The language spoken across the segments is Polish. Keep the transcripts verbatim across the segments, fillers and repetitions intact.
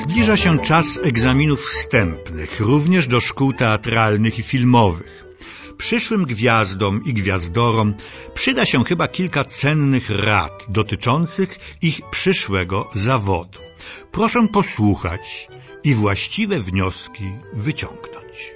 Zbliża się czas egzaminów wstępnych, również do szkół teatralnych i filmowych. Przyszłym gwiazdom i gwiazdorom przyda się chyba kilka cennych rad dotyczących ich przyszłego zawodu. Proszę posłuchać i właściwe wnioski wyciągnąć.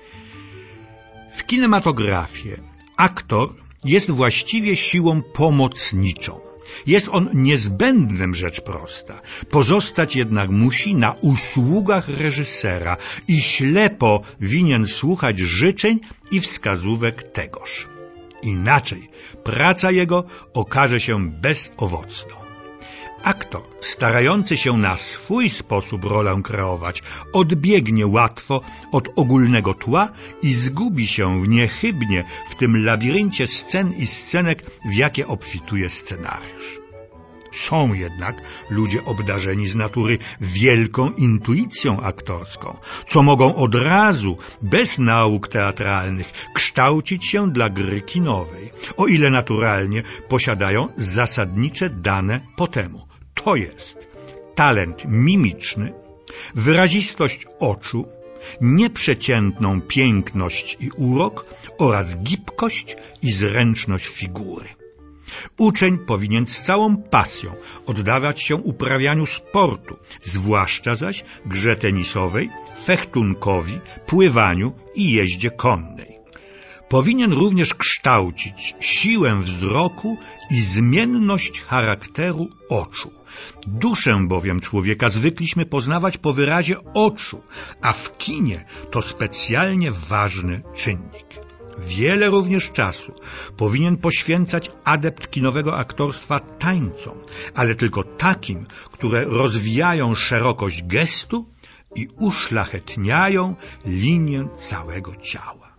W kinematografii aktor jest właściwie siłą pomocniczą. Jest on niezbędnym, rzecz prosta. Pozostać jednak musi na usługach reżysera i ślepo winien słuchać życzeń i wskazówek tegoż. Inaczej praca jego okaże się bezowocną. Aktor, starający się na swój sposób rolę kreować, odbiegnie łatwo od ogólnego tła i zgubi się w niechybnie w tym labiryncie scen i scenek, w jakie obfituje scenariusz. Są jednak ludzie obdarzeni z natury wielką intuicją aktorską, co mogą od razu, bez nauk teatralnych, kształcić się dla gry kinowej, o ile naturalnie posiadają zasadnicze dane po temu. To jest talent mimiczny, wyrazistość oczu, nieprzeciętną piękność i urok oraz gibkość i zręczność figury. Uczeń powinien z całą pasją oddawać się uprawianiu sportu, zwłaszcza zaś grze tenisowej, fechtunkowi, pływaniu i jeździe konnej. Powinien również kształcić siłę wzroku i zmienność charakteru oczu. Duszę bowiem człowieka zwykliśmy poznawać po wyrazie oczu, a w kinie to specjalnie ważny czynnik. Wiele również czasu powinien poświęcać adept kinowego aktorstwa tańcom, ale tylko takim, które rozwijają szerokość gestu i uszlachetniają linię całego ciała.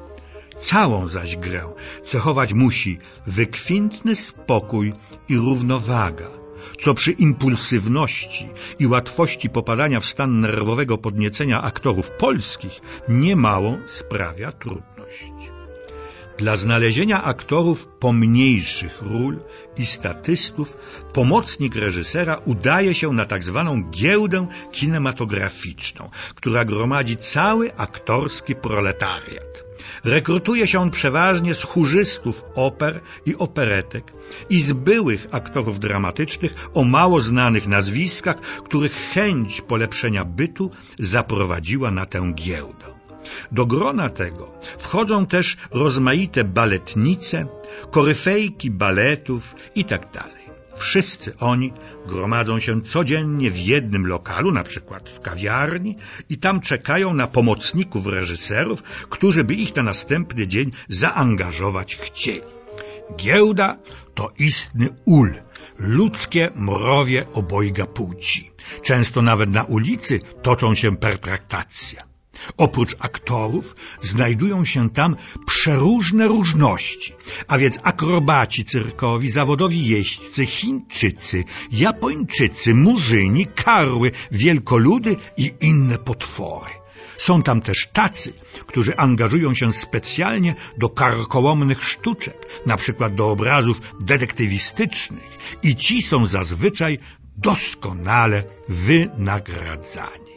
Całą zaś grę cechować musi wykwintny spokój i równowaga, co przy impulsywności i łatwości popadania w stan nerwowego podniecenia aktorów polskich niemałą sprawia trudność. Dla znalezienia aktorów pomniejszych ról i statystów pomocnik reżysera udaje się na tak zwaną giełdę kinematograficzną, która gromadzi cały aktorski proletariat. Rekrutuje się on przeważnie z chórzystów oper i operetek i z byłych aktorów dramatycznych o mało znanych nazwiskach, których chęć polepszenia bytu zaprowadziła na tę giełdę. Do grona tego wchodzą też rozmaite baletnice, koryfejki baletów itd. Wszyscy oni gromadzą się codziennie w jednym lokalu, na przykład w kawiarni, i tam czekają na pomocników reżyserów, którzy by ich na następny dzień zaangażować chcieli. Giełda to istny ul, ludzkie mrowie obojga płci. Często nawet na ulicy toczą się pertraktacje. Oprócz aktorów znajdują się tam przeróżne różności, a więc akrobaci cyrkowi, zawodowi jeźdźcy, Chińczycy, Japończycy, murzyni, karły, wielkoludy i inne potwory. Są tam też tacy, którzy angażują się specjalnie do karkołomnych sztuczek, na przykład do obrazów detektywistycznych, i ci są zazwyczaj doskonale wynagradzani.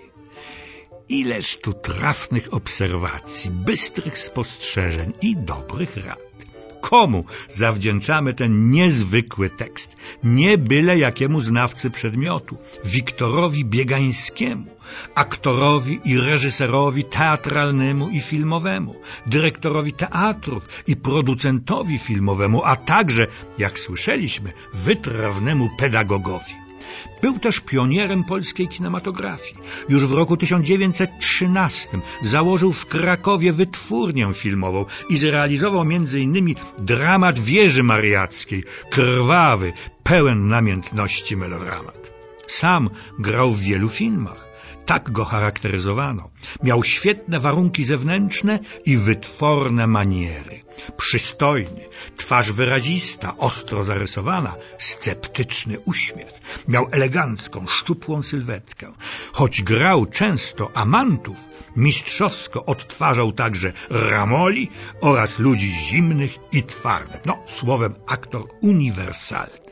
Ileż tu trafnych obserwacji, bystrych spostrzeżeń i dobrych rad. Komu zawdzięczamy ten niezwykły tekst? Nie byle jakiemu znawcy przedmiotu, Wiktorowi Biegańskiemu, aktorowi i reżyserowi teatralnemu i filmowemu, dyrektorowi teatrów i producentowi filmowemu, a także, jak słyszeliśmy, wytrawnemu pedagogowi. Był też pionierem polskiej kinematografii. Już w roku tysiąc dziewięćset trzynastym założył w Krakowie wytwórnię filmową i zrealizował między innymi dramat Wieży Mariackiej, krwawy, pełen namiętności melodramat. Sam grał w wielu filmach. Tak go charakteryzowano. Miał świetne warunki zewnętrzne i wytworne maniery. Przystojny, twarz wyrazista, ostro zarysowana, sceptyczny uśmiech. Miał elegancką, szczupłą sylwetkę. Choć grał często amantów, mistrzowsko odtwarzał także ramoli oraz ludzi zimnych i twardych. No, słowem, aktor uniwersalny.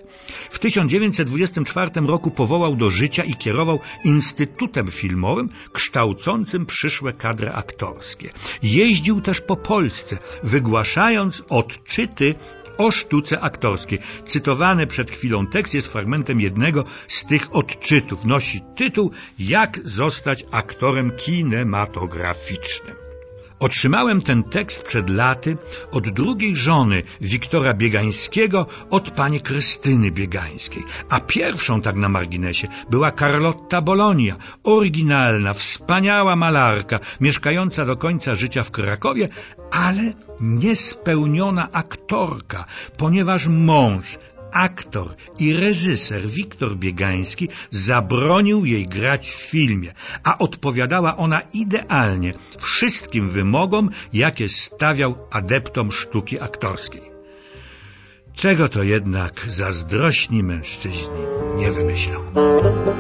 W tysiąc dziewięćset dwudziestym czwartym roku powołał do życia i kierował Instytutem Filmowym kształcącym przyszłe kadry aktorskie. Jeździł też po Polsce, wygłaszając odczyty o sztuce aktorskiej. Cytowany przed chwilą tekst jest fragmentem jednego z tych odczytów. Nosi tytuł „Jak zostać aktorem kinematograficznym”. Otrzymałem ten tekst przed laty od drugiej żony Wiktora Biegańskiego, od pani Krystyny Biegańskiej. A pierwszą, tak na marginesie, była Carlotta Bologna, oryginalna, wspaniała malarka, mieszkająca do końca życia w Krakowie, ale niespełniona aktorka, ponieważ mąż, aktor i reżyser Wiktor Biegański zabronił jej grać w filmie, a odpowiadała ona idealnie wszystkim wymogom, jakie stawiał adeptom sztuki aktorskiej. Czego to jednak zazdrośni mężczyźni nie wymyślą.